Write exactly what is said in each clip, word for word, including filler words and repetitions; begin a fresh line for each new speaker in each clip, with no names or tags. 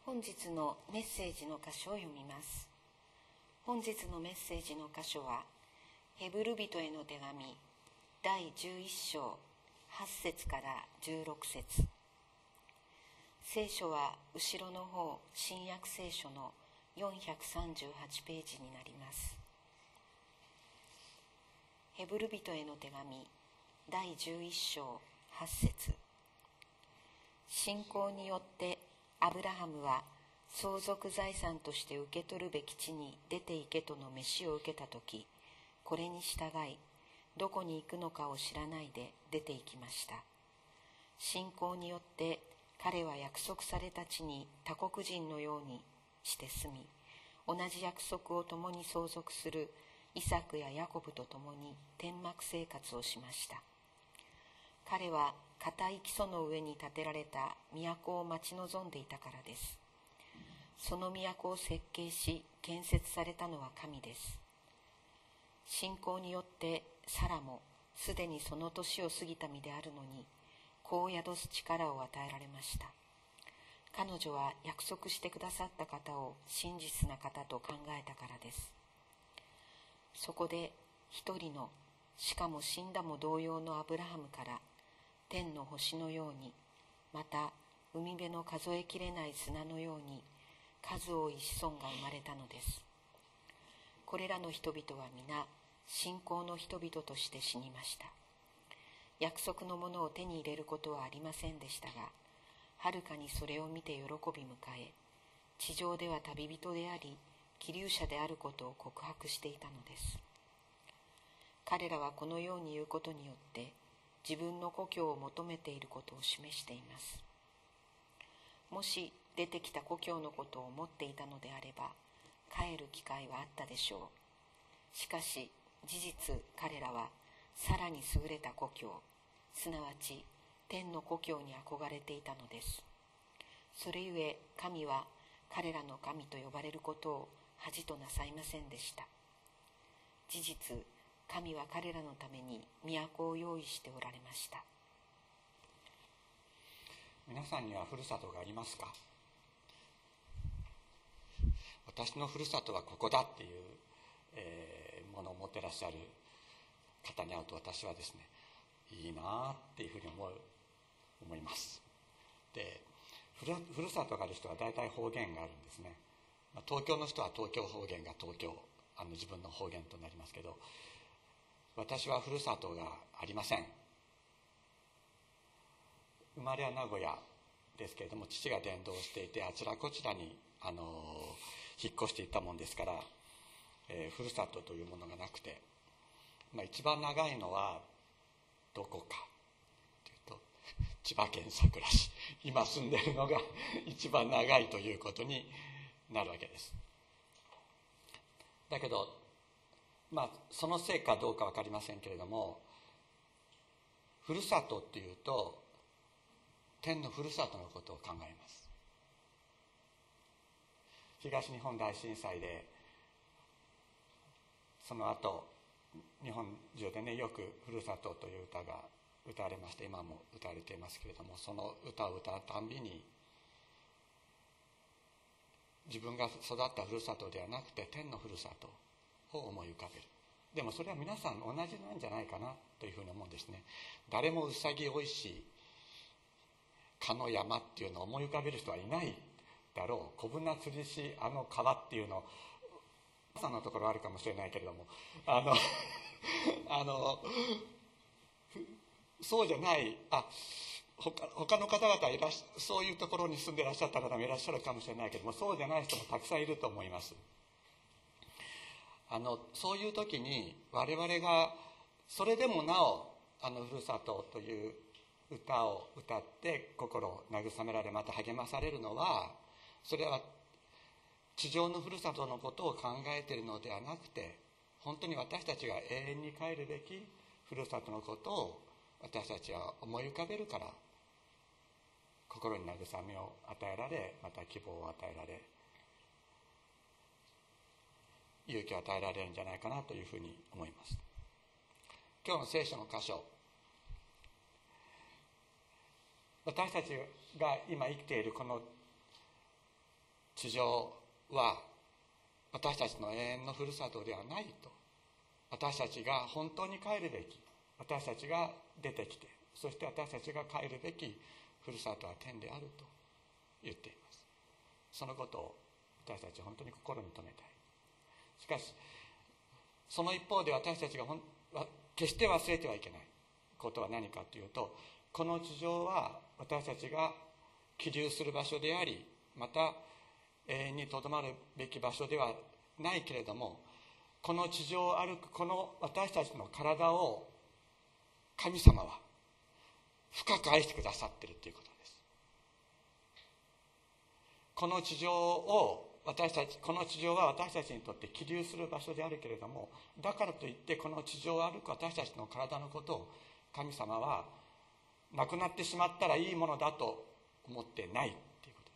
本日のメッセージの箇所を読みます。本日のメッセージの箇所は、ヘブル人への手紙だいじゅういっ章はち節からじゅうろく節。聖書は後ろの方、新約聖書のよんひゃくさんじゅうはちページになります。ヘブル人への手紙だいじゅういっ章はち節。信仰によってアブラハムは相続財産として受け取るべき地に出て行けとの召しを受けたとき、これに従い、どこに行くのかを知らないで出て行きました。信仰によって彼は約束された地に他国人のようにして住み、同じ約束を共に相続するイサクやヤコブと共に天幕生活をしました。彼は固い基礎の上に建てられた都を待ち望んでいたからです。その都を設計し建設されたのは神です。信仰によってサラもすでにその年を過ぎた身であるのに、子を宿す力を与えられました。彼女は約束してくださった方を真実な方と考えたからです。そこで一人の、しかも死んだも同様のアブラハムから天の星のように、また海辺の数えきれない砂のように数多い子孫が生まれたのです。これらの人々は皆信仰の人々として死にました。約束のものを手に入れることはありませんでしたが、はるかにそれを見て喜び迎え、地上では旅人であり寄留者であることを告白していたのです。彼らはこのように言うことによって自分の故郷を求めていることを示しています。もし出てきた故郷のことを思っていたのであれば、帰る機会はあったでしょう。しかし事実、彼らはさらに優れた故郷、すなわち天の故郷に憧れていたのです。それゆえ神は彼らの神と呼ばれることを恥となさいませんでした。事実、神は彼らのために都を用意しておられました。
皆さんにはふるさとがありますか？私のふるさとはここだっていう、えー、ものを持ってらっしゃる方に会うと、私はですね、いいなっていうふうに思う思います。で、ふる、ふるさとがある人は大体方言があるんですね。まあ、東京の人は東京方言が東京あの自分の方言となりますけど、私はふるさとがありません。生まれは名古屋ですけれども、父が伝道していてあちらこちらにあの引っ越していったもんですから、えー、ふるさとというものがなくて、まあ、一番長いのはどこかというと千葉県佐倉市、今住んでいるのが一番長いということになるわけです。だけどまあそのせいかどうか分かりませんけれども、ふるさとっていうと天のふるさとのことを考えます。東日本大震災でその後日本中でね、よくふるさとという歌が歌われまして、今も歌われていますけれども、その歌を歌うたんびに自分が育ったふるさとではなくて天のふるさとを思い浮かべる。でもそれは皆さん同じなんじゃないかなというふうに思うんですね。誰もうさぎおいし蚊の山っていうのを思い浮かべる人はいないだろう。小舟釣りしあの川っていうの、皆さんのところあるかもしれないけれども、あのあのそうじゃない、あ他, 他の方々いらっしゃ、そういうところに住んでいらっしゃった方もいらっしゃるかもしれないけども、そうじゃない人もたくさんいると思います。あのそういう時に我々がそれでもなおあのふるさとという歌を歌って心を慰められ、また励まされるのは、それは地上のふるさとのことを考えているのではなくて、本当に私たちが永遠に帰るべきふるさとのことを私たちは思い浮かべるから、心に慰めを与えられ、また希望を与えられ、勇気を与えられるんじゃないかなというふうに思います。今日の聖書の箇所、私たちが今生きているこの地上は私たちの永遠のふるさとではないと、私たちが本当に帰るべき、私たちが出てきて、そして私たちが帰るべきふるさとは天であると言っています。そのことを私たちは本当に心に留めたい。しかしその一方で私たちがほん決して忘れてはいけないことは何かというと、この地上は私たちが起立する場所であり、また永遠にとどまるべき場所ではないけれども、この地上を歩くこの私たちの体を神様は深く愛してくださっているということです。この地上を私たちこの地上は私たちにとって起立する場所であるけれども、だからといってこの地上を歩く私たちの体のことを神様はなくなってしまったらいいものだと思ってないということ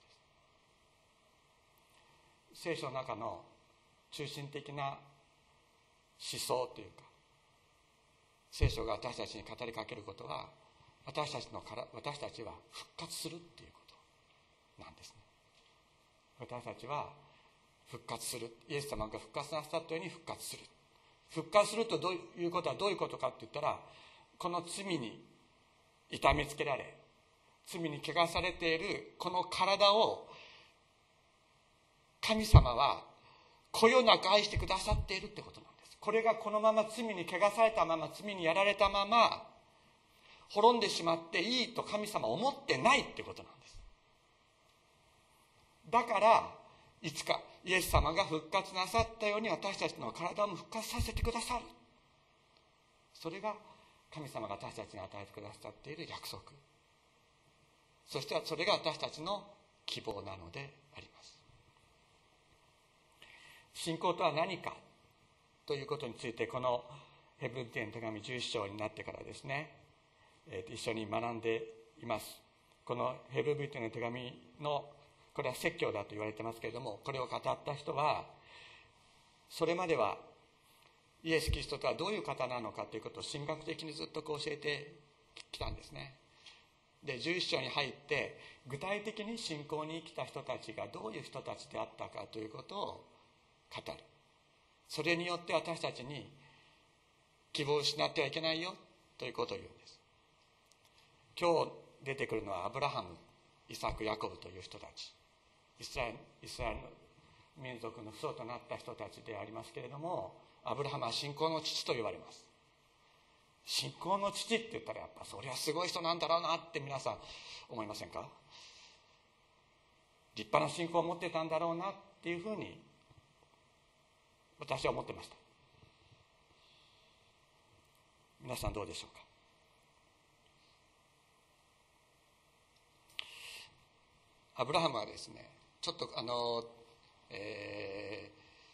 です。聖書の中の中心的な思想というか、聖書が私たちに語りかけることは、私たちのから私たちは復活するということなんですね。私たちは復活する、イエス様が復活なさったように復活する。復活するとどういうことはどういうことかって言ったら、この罪に痛めつけられ、罪に汚されているこの体を神様はこよなく愛してくださっているってことなんです。これがこのまま罪に汚されたまま、罪にやられたまま滅んでしまっていいと神様は思ってないってことなんです。だからいつかイエス様が復活なさったように私たちの体も復活させてくださる。それが神様が私たちに与えてくださっている約束、そしてそれが私たちの希望なのであります。信仰とは何かということについて、このヘブル人への手紙じゅういっ章になってからですね、えー、一緒に学んでいます。このヘブル人への手紙の、これは説教だと言われてますけれども、これを語った人はそれまではイエス・キリストとはどういう方なのかということを神学的にずっとこう教えてきたんですね。でじゅういっ章に入って具体的に信仰に生きた人たちがどういう人たちであったかということを語る。それによって私たちに希望を失ってはいけないよということを言うんです。今日出てくるのはアブラハム、イサク、ヤコブという人たち、イスラエル、イスラエルの民族の父祖となった人たちでありますけれども、アブラハムは信仰の父と言われます。信仰の父って言ったらやっぱそりゃすごい人なんだろうなって皆さん思いませんか？立派な信仰を持ってたんだろうなっていうふうに私は思ってました。皆さんどうでしょうか？アブラハムはですね、ちょっとあの、え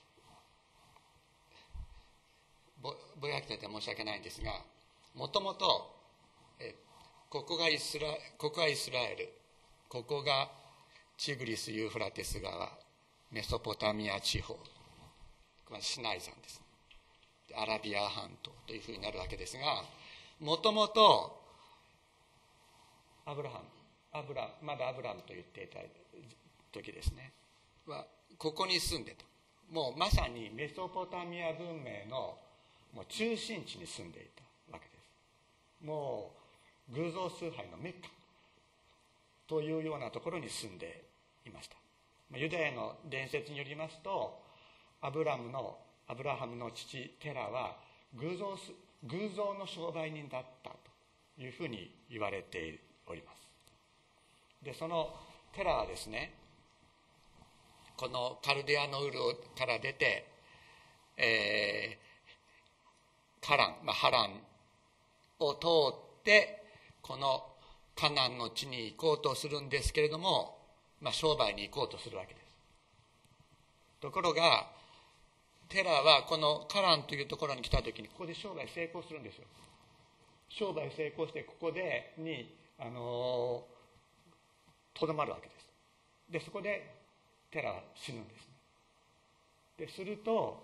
ー、ぼぼやけてて申し訳ないんですが、もともとここがイスラここがイスラエル、ここがチグリス・ユーフラテス川、メソポタミア地方、シナイ山です。アラビア半島というふうになるわけですが、もともとアブラハムアブラまだアブラムと言っていた時ですねはここに住んでた。もうまさにメソポタミア文明のもう中心地に住んでいたわけです。もう偶像崇拝のメッカというようなところに住んでいました。ユダヤの伝説によりますと、アブラムのアブラハムの父テラは偶像偶像の商売人だったというふうに言われております。でそのテラはですね、このカルデアのウルから出て、えー、カラン、まあ、ハランを通ってこのカナンの地に行こうとするんですけれども、まあ、商売に行こうとするわけです。ところがテラはこのカランというところに来た時にここで商売成功するんですよ。商売成功してここでにあのーとどまるわけです。でそこでテラは死ぬんですね。ですると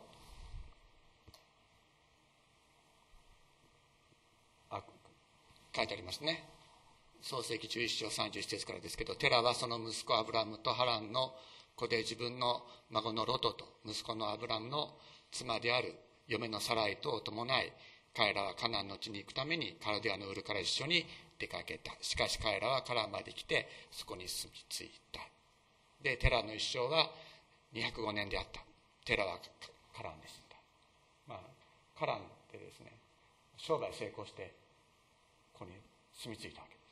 あ書いてありますね。創世記じゅういっ章さんじゅういち節からですけど、テラはその息子アブラムとハランのここで自分の孫のロトと息子のアブラムの妻である嫁のサライとを伴い、彼らはカナンの地に行くためにカルデアのウルから一緒に出かけた。しかし彼らはカランまで来てそこに住み着いた。でテラの一生はにひゃくごねんであった。テラはカランで死んだ。まあカランでですね、商売成功してここに住み着いたわけです。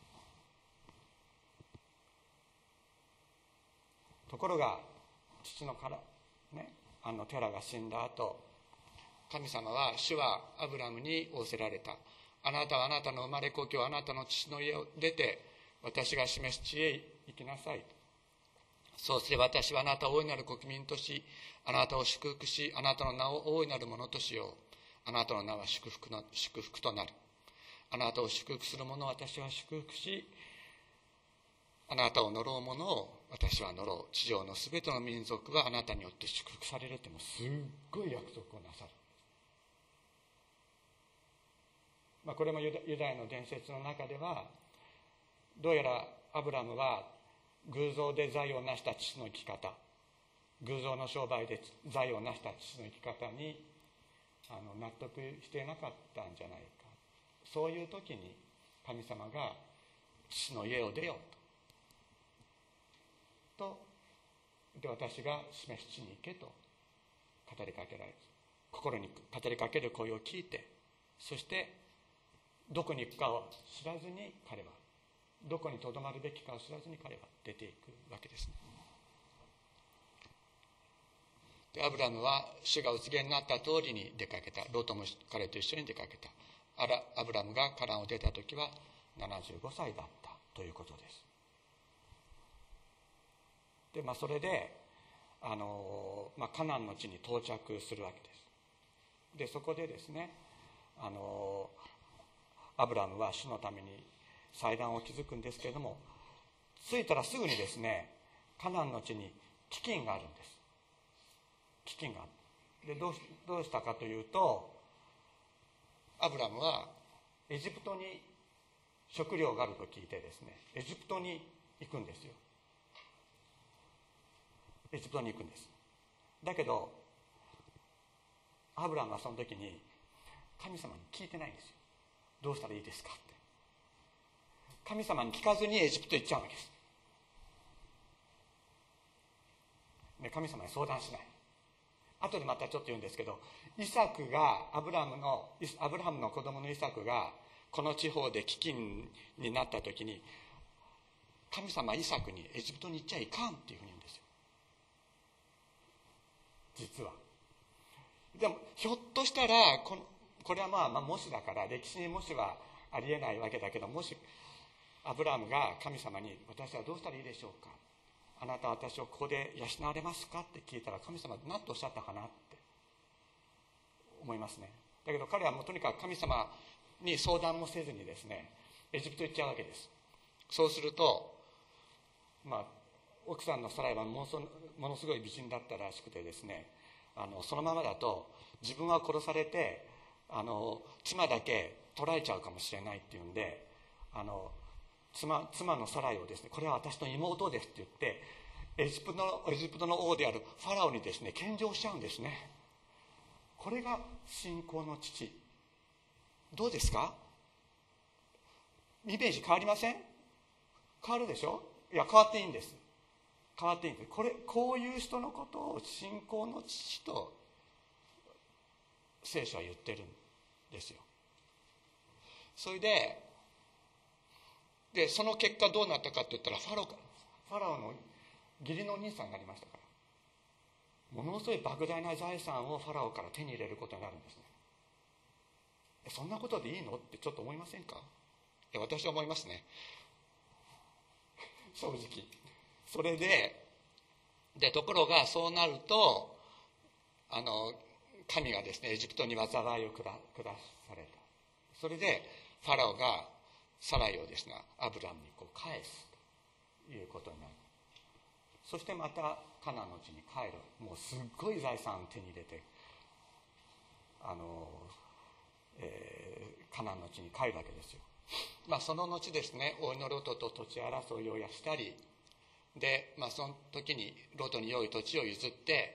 ところが父のからね、あのテラが死んだ後、神様は主はアブラムに仰せられた。あなたはあなたの生まれ故郷、あなたの父の家を出て私が示す地へ行きなさい。そうすれば私はあなたを大いなる国民とし、あなたを祝福し、あなたの名を大いなるものとしよう。あなたの名は祝福の祝福となる。あなたを祝福する者を私は祝福し、あなたを呪う者を私は呪う。地上のすべての民族はあなたによって祝福されるって、もうすっごい約束をなさる。まあ、これもユダユダヤの伝説の中では、どうやらアブラムは偶像で財を成した父の生き方、偶像の商売で財を成した父の生き方にあの納得していなかったんじゃないか。そういう時に神様が父の家を出ようととで私が示す地に行けと語りかけられる。心に語りかける声を聞いて、そしてどこに行くかを知らずに彼は、どこにとどまるべきかを知らずに彼は出ていくわけですね。でアブラムは主がお告げになった通りに出かけた。ロートも彼と一緒に出かけた。アラアブラムがカナンを出た時はななじゅうごさいだったということです。で、まあ、それであの、まあ、カナンの地に到着するわけです。でそこでですね、あのアブラムは主のために祭壇を築くんですけれども、着いたらすぐにですね、カナンの地に飢饉があるんです。飢饉がある。でどうし、どうしたかというと、アブラムはエジプトに食料があると聞いてですね、エジプトに行くんですよ。エジプトに行くんです。だけどアブラムはその時に神様に聞いてないんですよ。どうしたらいいですかって。神様に聞かずにエジプト行っちゃうわけです。で神様に相談しない。後でまたちょっと言うんですけど、イサクがアブラムのアブラハムの子供のイサクがこの地方で飢饉になった時に、神様イサクにエジプトに行っちゃいかんっていうふうに言うんですよ、実は。でもひょっとしたらこのこれはまあ、まあもしだから、歴史にもしはありえないわけだけど、もしアブラハムが神様に私はどうしたらいいでしょうか、あなたは私をここで養われますかって聞いたら、神様は何とおっしゃったかなって思いますね。だけど彼はもうとにかく神様に相談もせずにですね、エジプト行っちゃうわけです。そうすると、まあ奥さんのサライはものすごい美人だったらしくてですね、あのそのままだと自分は殺されて、あの妻だけ捕らえちゃうかもしれないっていうんで、あの 妻, 妻のサライをですね、これは私の妹ですって言ってエジプトのエジプトの王であるファラオにですね献上しちゃうんですね。これが信仰の父。どうですか？イメージ変わりません？変わるでしょ？いや変わっていいんです。変わっていいんです。これこういう人のことを信仰の父と聖書は言ってるんですよ。それででその結果どうなったかって言ったら、ファロファラオの義理のお兄さんになりましたから、ものすごい莫大な財産をファラオから手に入れることになるんですね。そんなことでいいのってちょっと思いませんか？私は思いますね、正直。それででところがそうなると、あの神がですねエジプトに災いを下下された。それでファラオがサライをですねアブラムにこう返すということになる。そしてまたカナンの地に帰る。もうすっごい財産を手に入れて、あの、えー、カナンの地に帰るわけですよ。まあその後ですね、王のロトと土地争いをしたり、 で、まあ、その時にロトに良い土地を譲って、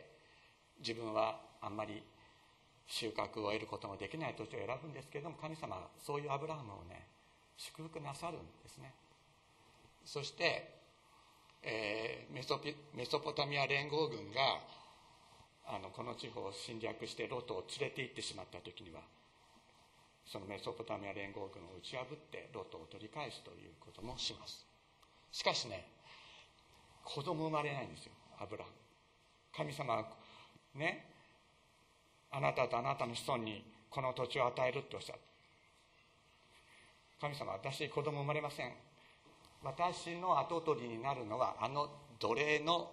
自分はあんまり収穫を得ることもできない土地を選ぶんですけれども、神様はそういうアブラハムをね祝福なさるんですね。そして、えー、メソピメソポタミア連合軍があのこの地方を侵略してロトを連れて行ってしまった時には、そのメソポタミア連合軍を打ち破ってロトを取り返すということもします。しかしね、子供生まれないんですよ、アブラハム。神様はね、あなたとあなたの子孫にこの土地を与えるっておっしゃる。神様は、私子供生まれません。私の跡取りになるのはあの奴隷の、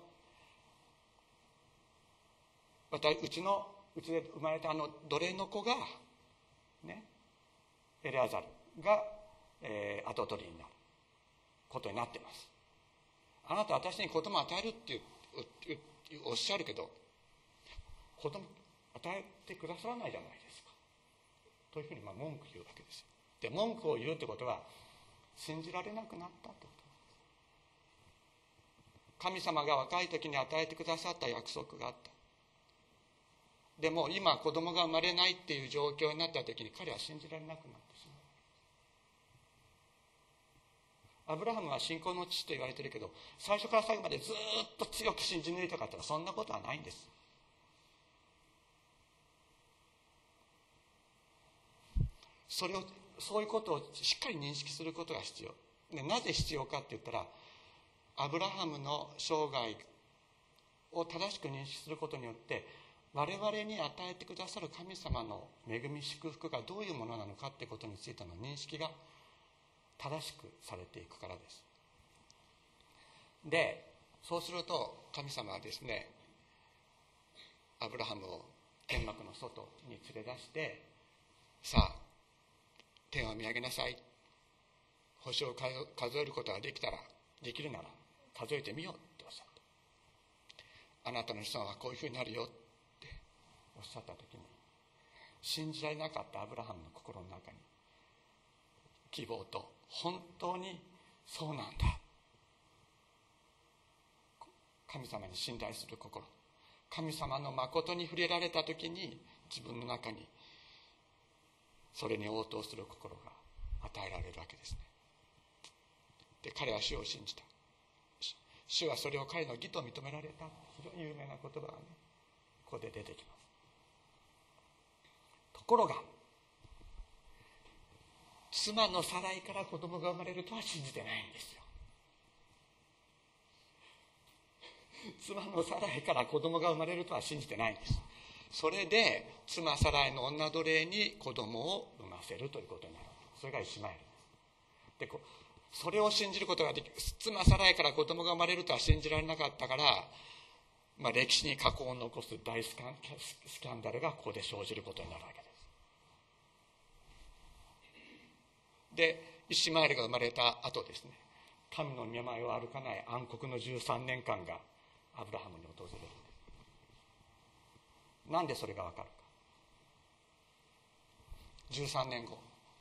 私うちのうちで生まれたあの奴隷の子がね、エレアザルが、えー、跡取りになることになっています。あなた私に子供を与えるっておっしゃるけど、子供与えてくださらないじゃないですかというふうにまあ文句言うわけですよ。で、文句を言うってことは信じられなくなったってことです。神様が若い時に与えてくださった約束があった。でも今子供が生まれないっていう状況になった時に彼は信じられなくなってしまう。アブラハムは信仰の父と言われてるけど、最初から最後までずっと強く信じ抜いたかったらそんなことはないんです。それをそういうことをしっかり認識することが必要で、なぜ必要かって言ったら、アブラハムの生涯を正しく認識することによって我々に与えてくださる神様の恵み祝福がどういうものなのかってことについての認識が正しくされていくからです。で、そうすると神様はですね、アブラハムを天幕の外に連れ出して、さあ天を見上げなさい、星を数えることができたらできるなら数えてみようっておっしゃった。あなたの子孫はこういうふうになるよっておっしゃった時に、信じられなかったアブラハムの心の中に希望と、本当にそうなんだ、神様に信頼する心、神様の誠に触れられた時に自分の中にそれに応答する心が与えられるわけですね。で、彼は主を信じた。主はそれを彼の義と認められた。非常に有名な言葉がね、ここで出てきます。ところが、妻のサライから子供が生まれるとは信じてないんですよ。妻のサライから子供が生まれるとは信じてないんです。それで妻サライの女奴隷に子供を産ませるということになる。それがイシマエルです。で、こそれを信じることができる。妻サライから子供が生まれるとは信じられなかったから、まあ、歴史に過去を残す大スキャン、スキャンダルがここで生じることになるわけです。で、イシマエルが生まれた後ですね、神の御前を歩かない暗黒のじゅうさんねんかんがアブラハムに訪れる。なんでそれがわかるか。じゅうさんねんご、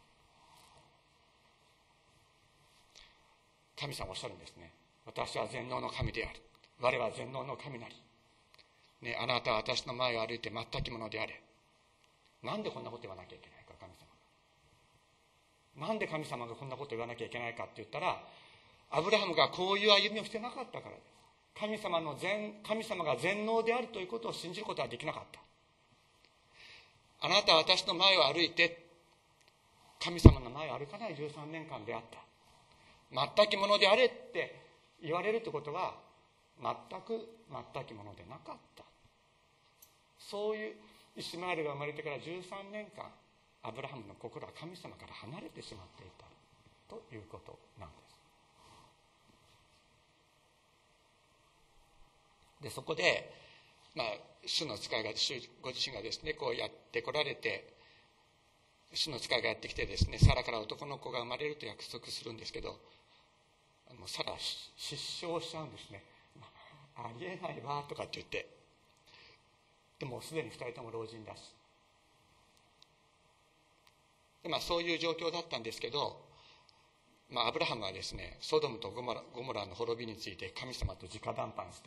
神様おっしゃるんですね。私は全能の神である。我は全能の神なり。ね、あなたは私の前を歩いて全き者であれ。なんでこんなこと言わなきゃいけないか、神様が。なんで神様がこんなこと言わなきゃいけないかって言ったら、アブラハムがこういう歩みをしてなかったからです。神様の全、神様が全能であるということを信じることはできなかった。あなたは私の前を歩いて、神様の前を歩かないじゅうさんねんかんであった。全き者であれって言われるということは、全く全き者でなかった。そういうイシマエルが生まれてからじゅうさんねんかん、アブラハムの心は神様から離れてしまっていたということなんです。で、そこで、まあ、主の使いが、主ご自身がですね、こうやってこられて、主の使いがやってきてですね、サラから男の子が生まれると約束するんですけど、もうサラ失笑しちゃうんですね。ありえないわとかって言って、でもすでにふたりとも老人だし、で、まあ、そういう状況だったんですけど、 まあ、アブラハムはですね、ソドムとゴモラ、ゴモラの滅びについて神様と直談判して、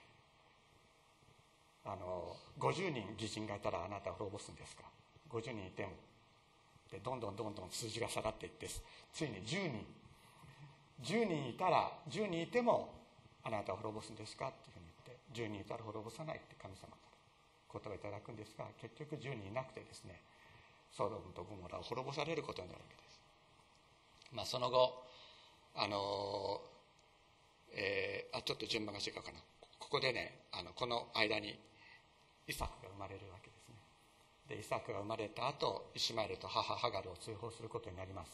あのごじゅうにん義人がいたらあなたは滅ぼすんですか、ごじゅうにんいてもでどんどんどんどん数字が下がっていって、ついにじゅうにんじゅうにんいたらじゅうにんいてもあなたは滅ぼすんですかっていうふうに言って、じゅうにんいたら滅ぼさないって神様から言葉をいただくんですが、結局じゅうにんいなくてですね、ソドムとゴモラを滅ぼされることになるわけです。まあ、その後あの、えー、あちょっと順番が違うかな、ここでね、あのこの間にイサクが生まれるわけですね。でイサクが生まれた後、イシュマエルと母ハガルを追放することになります。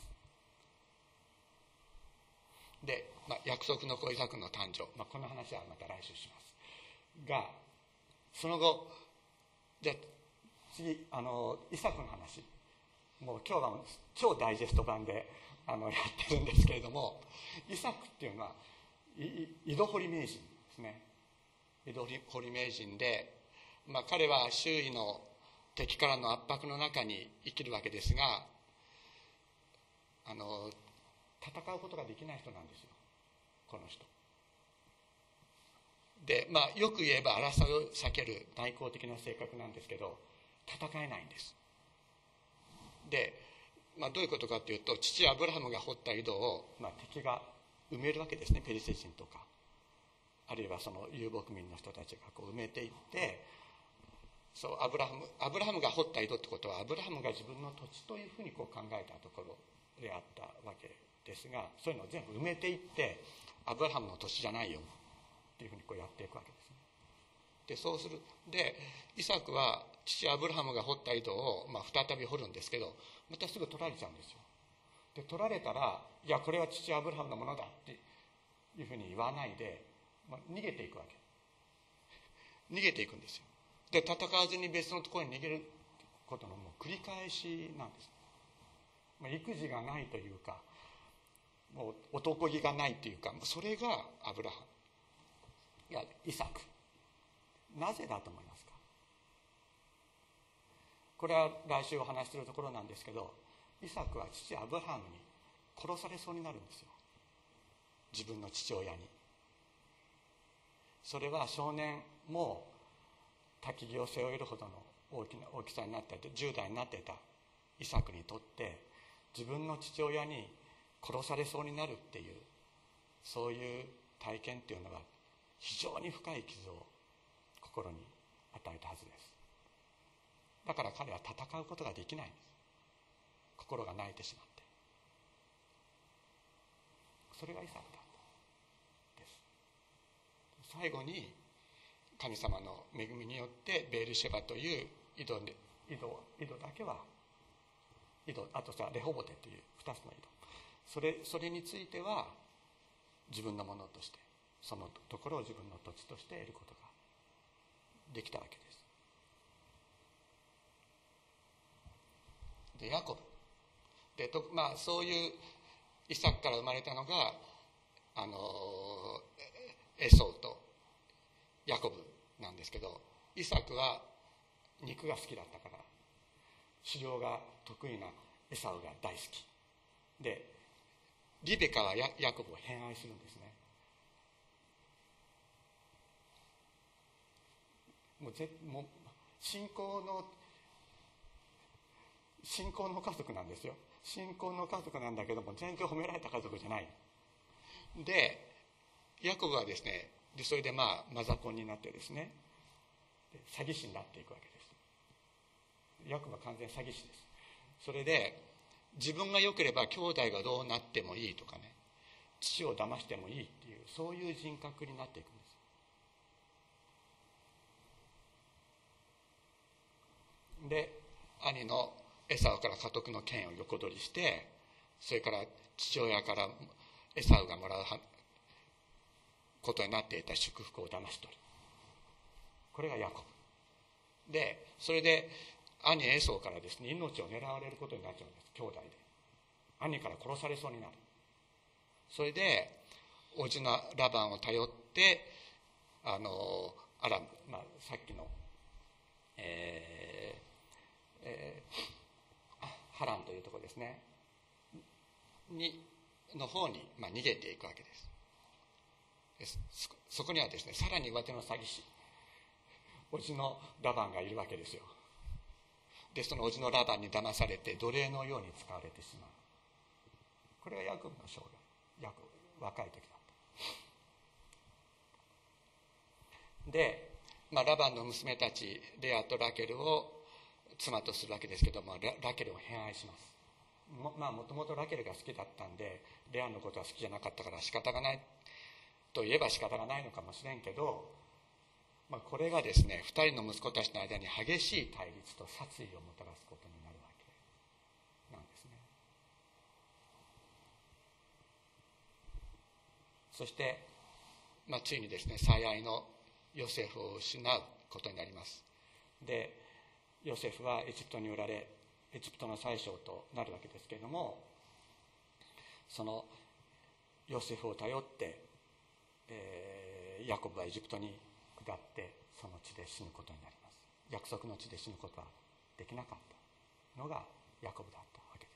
で、まあ、約束の子イサクの誕生、まあ、この話はまた来週しますが、その後じゃあ次あのイサクの話、もう今日は超ダイジェスト版であのやってるんですけれども、イサクっていうのは井戸掘り名人ですね。井戸掘り名人で、まあ、彼は周囲の敵からの圧迫の中に生きるわけですが、あの戦うことができない人なんですよ、この人で。まあ、よく言えば争いを避ける内向的な性格なんですけど、戦えないんです。で、まあ、どういうことかというと、父アブラハムが掘った井戸を、まあ、敵が埋めるわけですね。ペリシテ人とかあるいはその遊牧民の人たちがこう埋めていって、そうアブラハムアブラハムが掘った井戸ってことは、アブラハムが自分の土地というふうにこう考えたところであったわけですが、そういうのを全部埋めていって、アブラハムの土地じゃないよっていうふうにこうやっていくわけですね。でそうするでイサクは父アブラハムが掘った井戸を、まあ、再び掘るんですけど、またすぐ取られちゃうんですよ。で取られたら、いやこれは父アブラハムのものだっていうふうに言わないで、まあ、逃げていくわけ。逃げていくんですよ。で戦わずに別のところに逃げることのもう繰り返しなんです。まあ、育児がないというか、もう男気がないというか、それがアブラハム、いやイサク。なぜだと思いますか。これは来週お話しするところなんですけど、イサクは父アブラハムに殺されそうになるんですよ、自分の父親に。それは少年も焚き木を背負えるほどの大きな大きさになっていて、じゅう代になっていたイサクにとって、自分の父親に殺されそうになるっていう、そういう体験っていうのは非常に深い傷を心に与えたはずです。だから彼は戦うことができないんです。心が泣いてしまって。それがイサクだったです。最後に神様の恵みによってベールシェバという井戸で井戸井戸だけは井戸、あとさレホボテというふたつの井戸、それそれについては自分のものとして、そのところを自分の土地として得ることができたわけです。でヤコブでと、まあ、そういうイサクから生まれたのがあのエソウとヤコブなんですけど、イサクは肉が好きだったから狩猟が得意なエサウが大好きで、リベカは ヤ, ヤコブを偏愛するんですね。もうぜもう信仰の信仰の家族なんですよ。信仰の家族なんだけども、全然褒められた家族じゃない。でヤコブはですね、でそれでまあマザコンになってですね、で詐欺師になっていくわけです。ヤコブは完全詐欺師です。それで自分が良ければ兄弟がどうなってもいいとかね、父を騙してもいいっていう、そういう人格になっていくんです。で兄のエサウから家督の権を横取りして、それから父親からエサウがもらうことになっていた祝福を騙し取る。これがヤコブで、それで兄エソウからですね、命を狙われることになっちゃうんです。兄弟で兄から殺されそうになる。それで叔父のラバンを頼ってあのアラム、まあ、さっきの、えーえー、ハランというところですねにの方に、まあ、逃げていくわけです。です そ, そこにはですね、さらに上手の詐欺師、おじのラバンがいるわけですよ。でそのおじのラバンに騙されて奴隷のように使われてしまう。これがヤコブの生涯、若い時だった。で、まあ、ラバンの娘たちレアとラケルを妻とするわけですけども、 ラ, ラケルを偏愛します。もまあもともとラケルが好きだったんで、レアのことは好きじゃなかったから仕方がないといえば仕方がないのかもしれんけど、まあ、これがですね、ふたりの息子たちの間に激しい対立と殺意をもたらすことになるわけなんですね。そして、まあ、ついにですね、最愛のヨセフを失うことになります。でヨセフはエジプトに売られ、エジプトの宰相となるわけですけれども、そのヨセフを頼って、えー、ヤコブはエジプトに下ってその地で死ぬことになります。約束の地で死ぬことはできなかったのがヤコブだったわけです。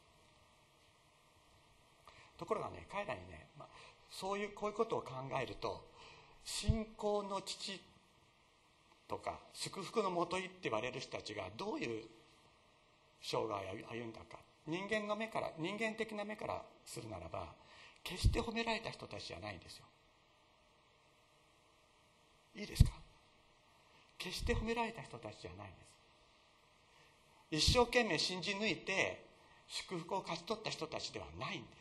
ところがね、彼らにね、まあ、そういうこういうことを考えると、信仰の父とか祝福のもといって言われる人たちがどういう生涯を歩んだか、人間の目から、人間的な目からするならば決して褒められた人たちじゃないんですよ。いいですか？決して褒められた人たちじゃないんです。一生懸命信じ抜いて祝福を勝ち取った人たちではないんです。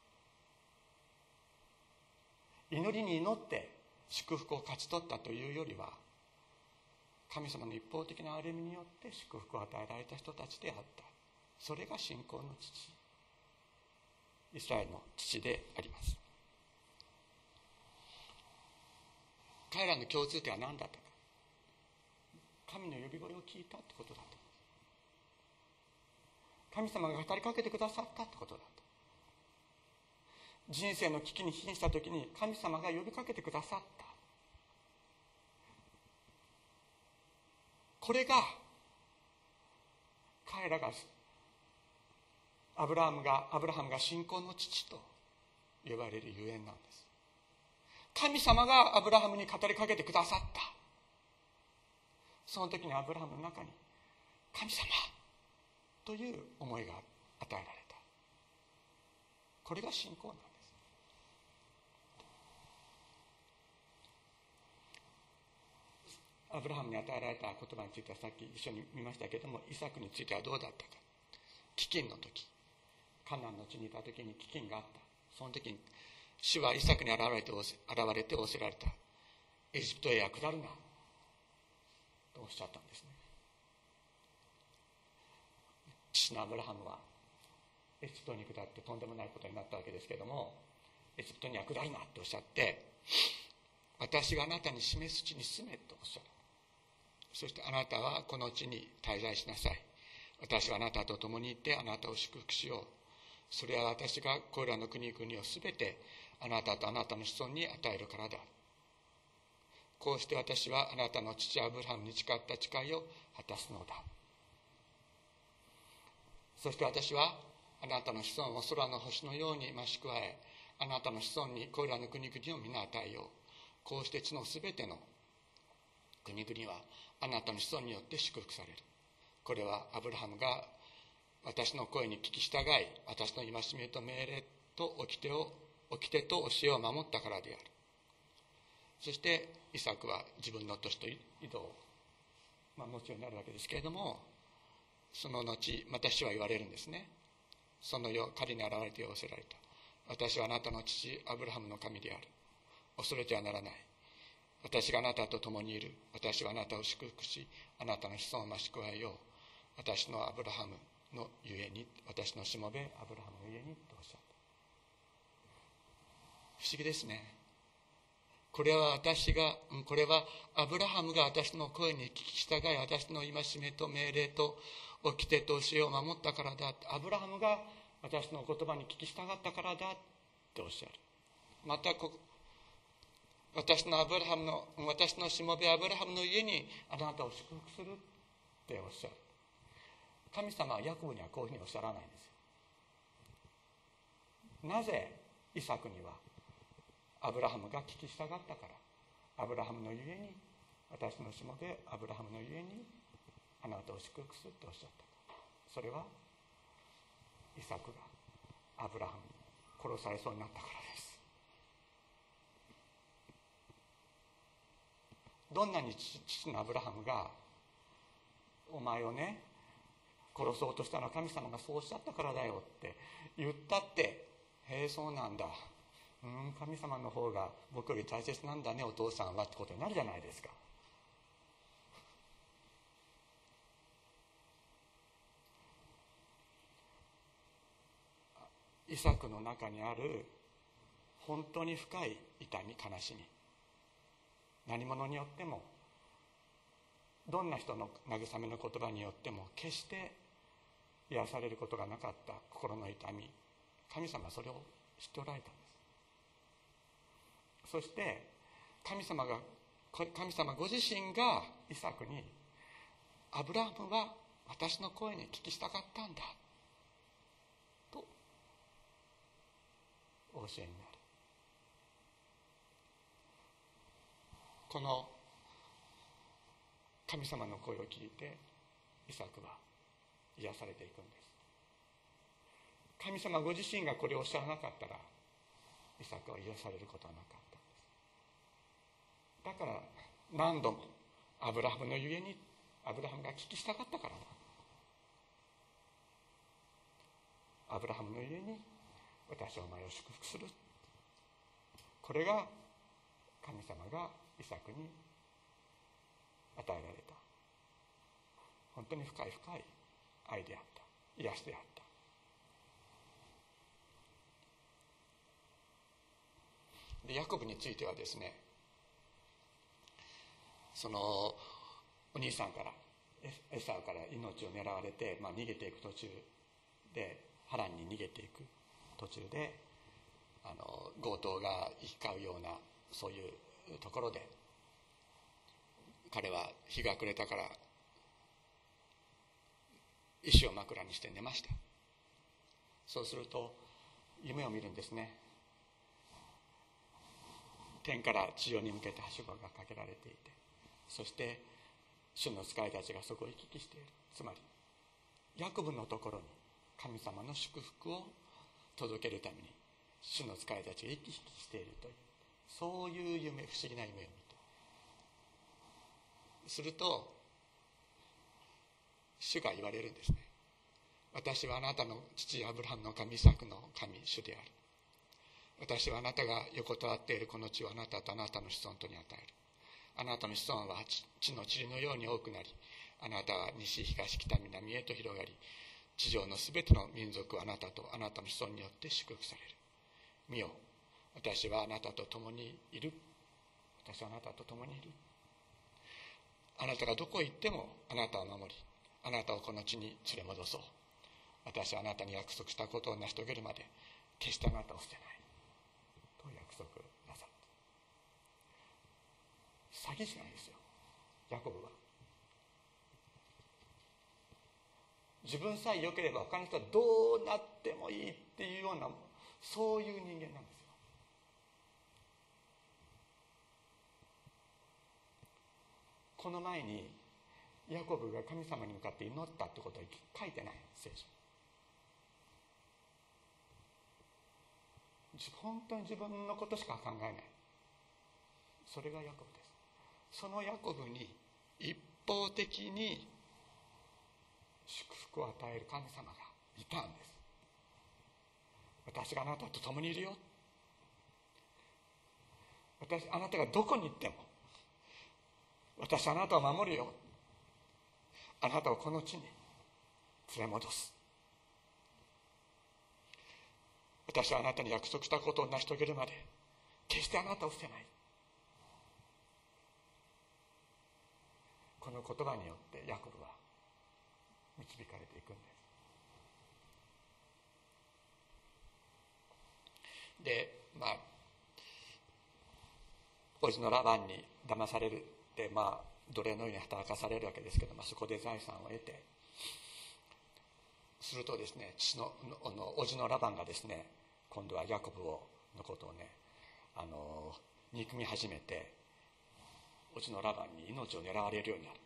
祈りに祈って祝福を勝ち取ったというよりは、神様の一方的な歩みによって祝福を与えられた人たちであった。それが信仰の父、イスラエルの父であります。彼らの共通点は何だったか、神の呼び声を聞いたってことだった。神様が語りかけてくださったってことだった。人生の危機に瀕した時に神様が呼びかけてくださった。これが彼らがアブラハムがアブラハムが信仰の父と呼ばれるゆえんなんです。神様がアブラハムに語りかけてくださった。その時にアブラハムの中に神様という思いが与えられた。これが信仰なんです。アブラハムに与えられた言葉についてはさっき一緒に見ましたけれども、イサクについてはどうだったか。飢饉の時、カナンの地にいた時に飢饉があった。その時に主はイサクに現れて現れて仰せられた。エジプトへは下るなとおっしゃったんですね。父のアブラハムはエジプトに下ってとんでもないことになったわけですけれども、エジプトには下るなとおっしゃって、私があなたに示す地に住めとおっしゃる。そしてあなたはこの地に滞在しなさい。私はあなたと共にいてあなたを祝福しよう。それは私がこれらの国々をすべてあなたとあなたの子孫に与えるからだ。こうして私はあなたの父アブラハムに誓った誓いを果たすのだ。そして私はあなたの子孫を空の星のように増し加え、あなたの子孫にこれらの国々を皆与えよう。こうして地のすべての国々はあなたの子孫によって祝福される。これはアブラハムが私の声に聞き従い、私の戒めと命令と掟を掟と教えを守ったからである。そしてイサクは自分の年と移動、まあ、もちろんなるわけですけれども、その後また主は言われるんですね。その夜彼に現れて仰せられた。私はあなたの父アブラハムの神である。恐れてはならない。私があなたと共にいる。私はあなたを祝福し、あなたの子孫を増し加えよう。私のアブラハムのゆえに、私のしもべアブラハムのゆえにとおっしゃった。不思議ですね。これは私が、これはアブラハムが私の声に聞き従い、私の戒めと命令と掟と教えを守ったからだ。アブラハムが私の言葉に聞き従ったからだっておっしゃる。またこ私のアブラハムの私のしもべアブラハムの家にあなたを祝福するっておっしゃる。神様はヤコブにはこういうふうにおっしゃらないんですよ。 なぜイサクにはアブラハムが聞き従ったから、アブラハムのゆえに、私のしもべアブラハムのゆえにあなたを祝福するとおっしゃったか。それはイサクがアブラハムに殺されそうになったからです。どんなに父のアブラハムがお前をね殺そうとしたのは神様がそうおっしゃったからだよって言ったって、へえそうなんだ、うん神様の方が僕より大切なんだねお父さんはってことになるじゃないですか。イサクの中にある本当に深い痛み悲しみ、何者によっても、どんな人の慰めの言葉によっても決して癒されることがなかった心の痛み、神様はそれを知っておられたんです。そして神様が神様ご自身がイサクに、アブラハムは私の声に聞き従ったんだとお教えになる。この神様の声を聞いてイサクは癒されていくんです。神様ご自身がこれをおっしゃらなかったらイサクは癒されることはなかったんです。だから何度もアブラハムのゆえに、アブラハムが聞き従ったからだ、アブラハムのゆえに私はお前を祝福する、これが神様がイサクに与えられた本当に深い深い愛であった、癒しであった。でヤコブについてはですね、そのお兄さんからエサウから命を狙われて、まあ、逃げていく途中で、ハランに逃げていく途中であの強盗が行き交うようなそういうところで、彼は日が暮れたから石を枕にして寝ました。そうすると夢を見るんですね。天から地上に向けてはしごがかけられていて、そして主の使いたちがそこを行き来している。つまりヤコブのところに神様の祝福を届けるために主の使いたちが行き来しているという、そういう夢、不思議な夢を見て、すると主が言われるんですね。私はあなたの父アブラハムの神、イサクの神、主である。私はあなたが横たわっているこの地をあなたとあなたの子孫とに与える。あなたの子孫は地の塵のように多くなり、あなたは西東北南へと広がり、地上のすべての民族はあなたとあなたの子孫によって祝福される。見よ、私はあなたと共にいる。私はあなたと共にいる。あなたがどこへ行ってもあなたを守り、あなたをこの地に連れ戻そう。私はあなたに約束したことを成し遂げるまで決してあなたを捨てないと約束なさった。詐欺師なんですよ、ヤコブは。自分さえ良ければ他の人はどうなってもいいっていうような、そういう人間なんですよ。この前にヤコブが神様に向かって祈ったってことは書いてない、聖書。本当に自分のことしか考えない、それがヤコブです。そのヤコブに一方的に祝福を与える神様がいたんです。私があなたと共にいるよ、私あなたがどこに行っても私あなたを守るよ、あなたをこの地に連れ戻す、私はあなたに約束したことを成し遂げるまで決してあなたを捨てない。この言葉によってヤコブは導かれていくんです。でまあ叔父のラバンに騙されるで、まあ奴隷のように働かされるわけですけど、まあ、そこで財産を得て、するとですね、父のの叔父のラバンがですね、 今度はヤコブをのことをねあの憎み始めて、うちのラバンに命を狙われるようになる。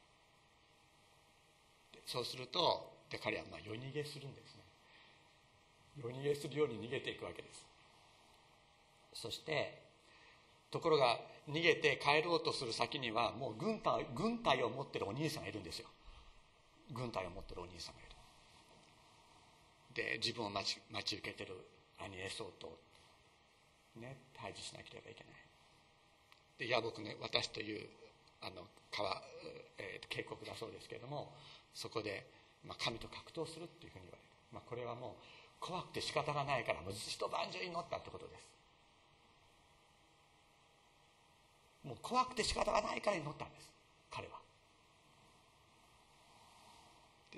そうするとで彼はまあ夜逃げするんですね。夜逃げするように逃げていくわけです。そしてところが逃げて帰ろうとする先にはもう軍隊、軍隊を持ってるお兄さんがいるんですよ。軍隊を持ってるお兄さんがいる。で自分を待ち、待ち受けてる兄エソーとね対峙しなければいけない。でヤボクね、私というあの川、えー、渓谷だそうですけれども、そこで、まあ、神と格闘するっていうふうに言われる。まあ、これはもう怖くて仕方がないからもう一晩中祈ったってことです。もう怖くて仕方がないから祈ったんです彼は。で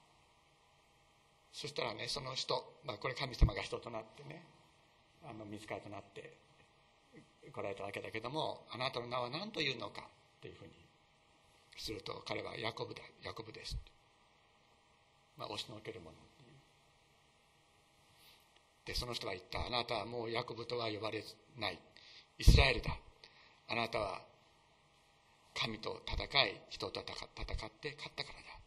そしたらね、その人、まあ、これ神様が人となってね、あの御使いとなって来られたわけだけども、あなたの名は何というのかというふうにすると、彼はヤコブだ、ヤコブです、まあ、押しのけるもので、その人は言った。あなたはもうヤコブとは呼ばれない、イスラエルだ。あなたは神と戦い、人と戦って勝ったからだ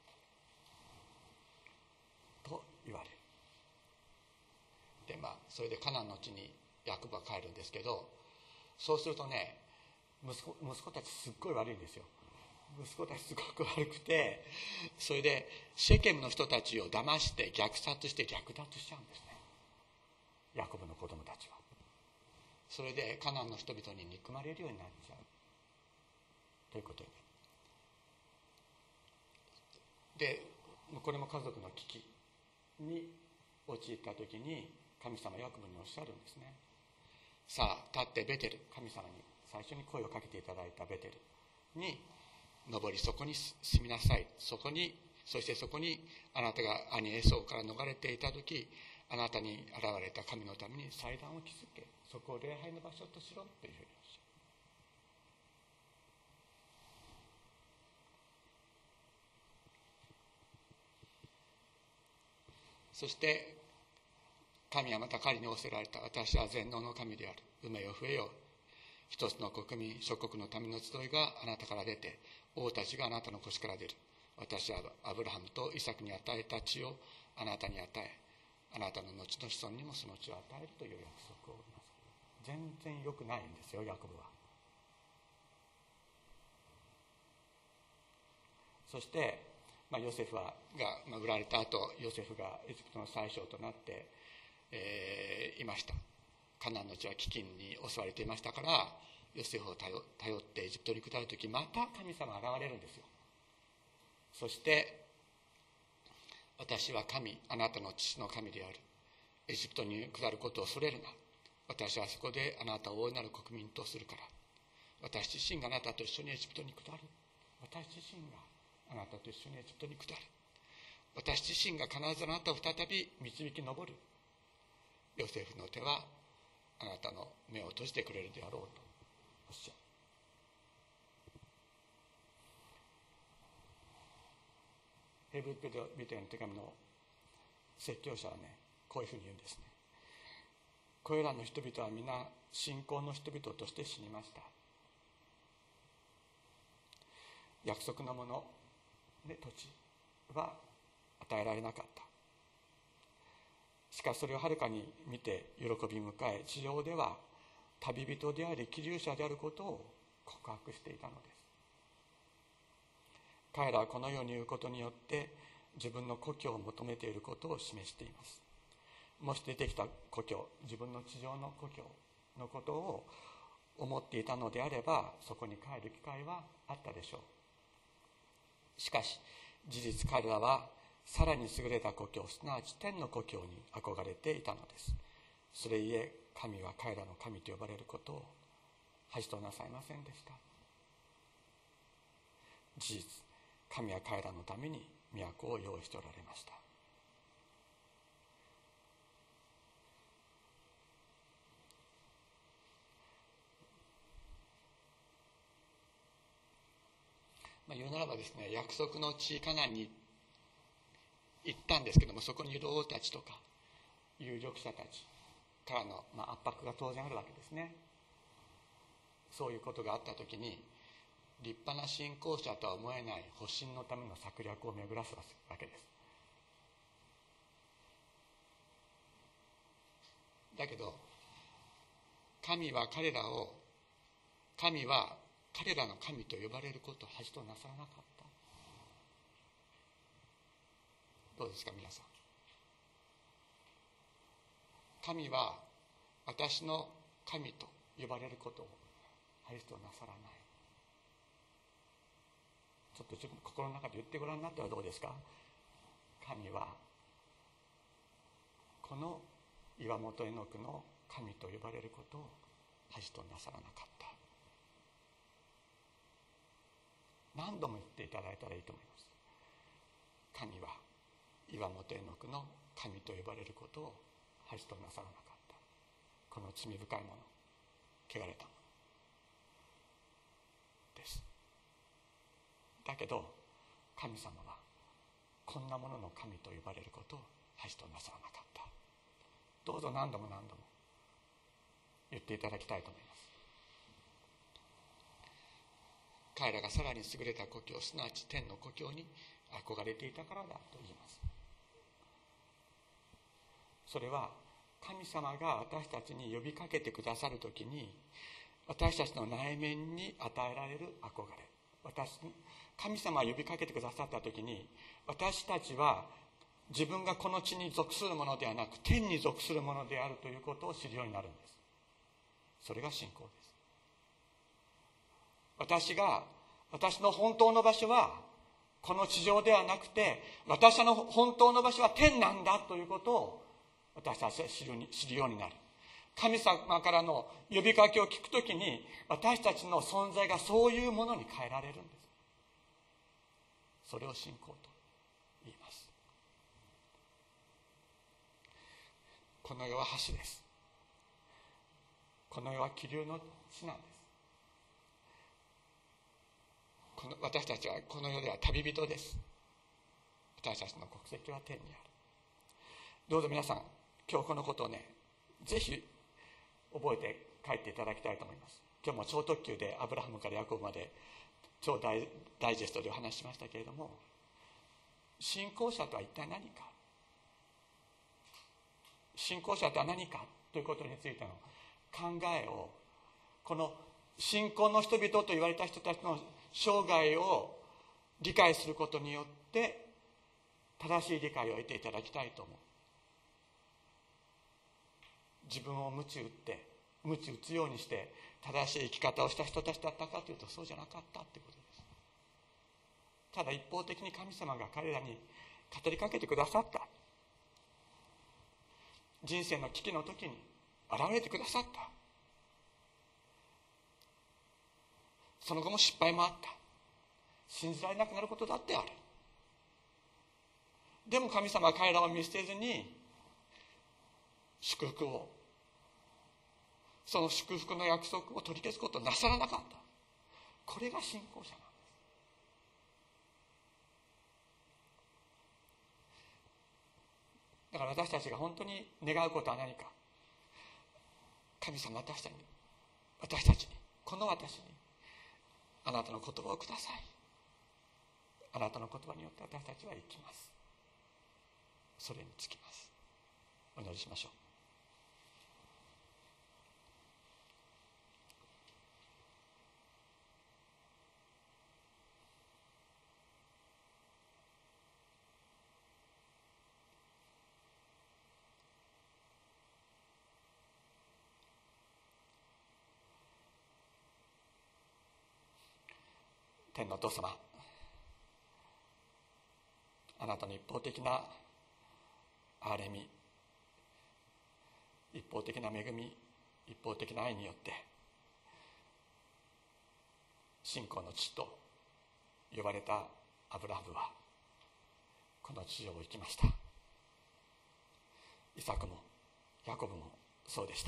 と言われる。でまあそれでカナンの地にヤコブは帰るんですけど、そうするとね、息子、息子たちすっごい悪いんですよ。息子たちすごく悪くて、それでシェケムの人たちを騙して虐殺して略奪しちゃうんですね、ヤコブの子供たちは。それでカナンの人々に憎まれるようになっちゃうということになる。でこれも家族の危機に陥った時に神様ヤコブにおっしゃるんですね。さあ立ってベテル、神様に最初に声をかけていただいたベテルに登り、そこに住みなさい。そこに、そしてそこにあなたが兄エソーから逃れていた時、あなたに現れた神のために祭壇を築け、そこを礼拝の場所としろというふうにおっしゃる。そして神はまた彼に仰せられた。私は全能の神である。産めよ増えよ。一つの国民諸国のための集いがあなたから出て、王たちがあなたの腰から出る。私はアブラハムとイサクに与えた地をあなたに与え、あなたの後の子孫にもその地を与えるという約束をなさい。全然良くないんですよ、ヤコブは。そして、まあ、ヨセフはが、まあ、売られた後、ヨセフがエジプトの宰相となって、えー、いました。カナンの地は飢饉に襲われていましたから、ヨセフを頼ってエジプトに下るとき、また神様が現れるんですよ。そして私は神、あなたの父の神である。エジプトに下ることを恐れるな。私はそこであなたを大いなる国民とするから。私自身があなたと一緒にエジプトに下る。私自身があなたと一緒にエジプトに下る。私自身が必ずあなたを再び導き上る。ヨセフの手はあなたの目を閉じてくれるであろうとおっしゃる。ヘブル人への手紙の説教者はね、こういうふうに言うんですね。これらの人々は皆信仰の人々として死にました。約束のもので土地は与えられなかった。しかしそれをはるかに見て喜び迎え、地上では旅人であり寄留者であることを告白していたのです。彼らはこのように言うことによって自分の故郷を求めていることを示しています。もし出てきた故郷、自分の地上の故郷のことを思っていたのであれば、そこに帰る機会はあったでしょう。しかし事実、彼らはさらに優れた故郷、すなわち天の故郷に憧れていたのです。それゆえ神は彼らの神と呼ばれることを恥となさいませんでした。事実、神は彼らのために都を用意しておられました。まあ、言うならばですね、約束の地カナンに行ったんですけども、そこにいる王たちとか有力者たちからの、まあ、圧迫が当然あるわけですね。そういうことがあったときに、立派な信仰者とは思えない保身のための策略を巡らすわけです。だけど神は彼らを神は彼らの神と呼ばれることを恥となさらなかった。どうですか皆さん。神は私の神と呼ばれることを恥となさらない。ちょっとちょっと心の中で言ってごらんになってはどうですか。神はこの岩本絵の句の神と呼ばれることを恥となさらなかった。何度も言っていただいたらいいと思います。神は岩本絵の句の神と呼ばれることを恥となさらなかった。この罪深いもの、汚れたものです。だけど神様はこんなものの神と呼ばれることを恥となさらなかった。どうぞ何度も何度も言っていただきたいと思います。彼らがさらに優れた故郷、すなわち天の故郷に憧れていたからだと言います。それは神様が私たちに呼びかけてくださるときに、私たちの内面に与えられる憧れ、私神様が呼びかけてくださったときに、私たちは自分がこの地に属するものではなく天に属するものであるということを知るようになるんです。それが信仰です。私が私の本当の場所はこの地上ではなくて、私の本当の場所は天なんだということを私たちは知るに知るようになる。神様からの呼びかけを聞くときに、私たちの存在がそういうものに変えられるんです。それを信仰と言います。この世は橋です。この世は気流の地なんです。この私たちはこの世では旅人です。私たちの国籍は天にある。どうぞ皆さん、今日このことをね、ぜひ覚えて帰っていただきたいと思います。今日も超特急でアブラハムからヤコブまで超ダイダイジェストでお話ししましたけれども、信仰者とは一体何か、信仰者とは何かということについての考えを、この信仰の人々と言われた人たちの生涯を理解することによって正しい理解を得ていただきたいと思う。自分を鞭打って鞭打つようにして正しい生き方をした人たちだったかというと、そうじゃなかったということです。ただ一方的に神様が彼らに語りかけてくださった。人生の危機の時に現れてくださった。その後も失敗もあった。信じられなくなることだってある。でも神様は彼らを見捨てずに祝福を、その祝福の約束を取り消すことをなさらなかった。これが信仰者なんです。だから私たちが本当に願うことは何か。神様、私たちに私たちにこの私にあなたの言葉をください。あなたの言葉によって私たちは生きます。それにつきます。お祈りしましょう。天のお父様、あなたの一方的な憐れみ、一方的な恵み、一方的な愛によって信仰の父と呼ばれたアブラハムはこの地上を生きました。イサクもヤコブもそうでした。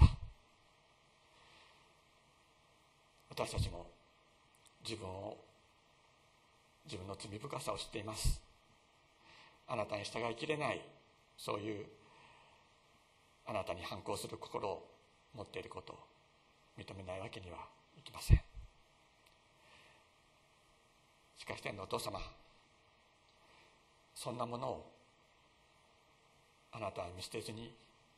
私たちも自分を自分の罪深さを知っています。あなたに従いきれない、そういうあなたに反抗する心を持っていることを認めないわけにはいきません。しかし天のお父様、そんなものをあなたは見捨てずに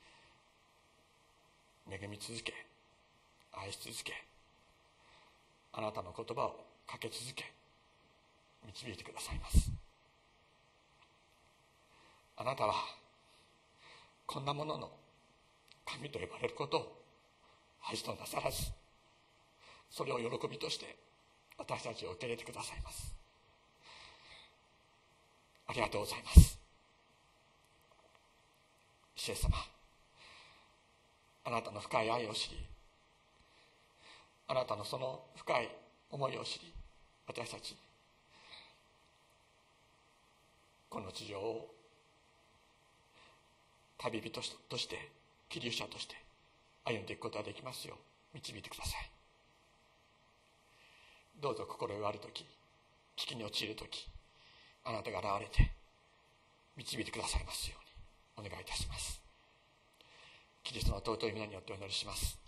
恵み続け、愛し続け、あなたの言葉をかけ続け、導いてくださいます。あなたはこんなものの神と呼ばれることを恥となさらず、それを喜びとして私たちを受け入れてくださいます。ありがとうございます。イエス様、あなたの深い愛を知り、あなたのその深い思いを知り、私たちこの地上を旅人として、希留者として歩んでいくことができますよう導いてください。どうぞ心弱るとき、危機に陥るとき、あなたが現れて導いてくださいますようにお願いいたします。キリストの尊い皆によってお祈りします。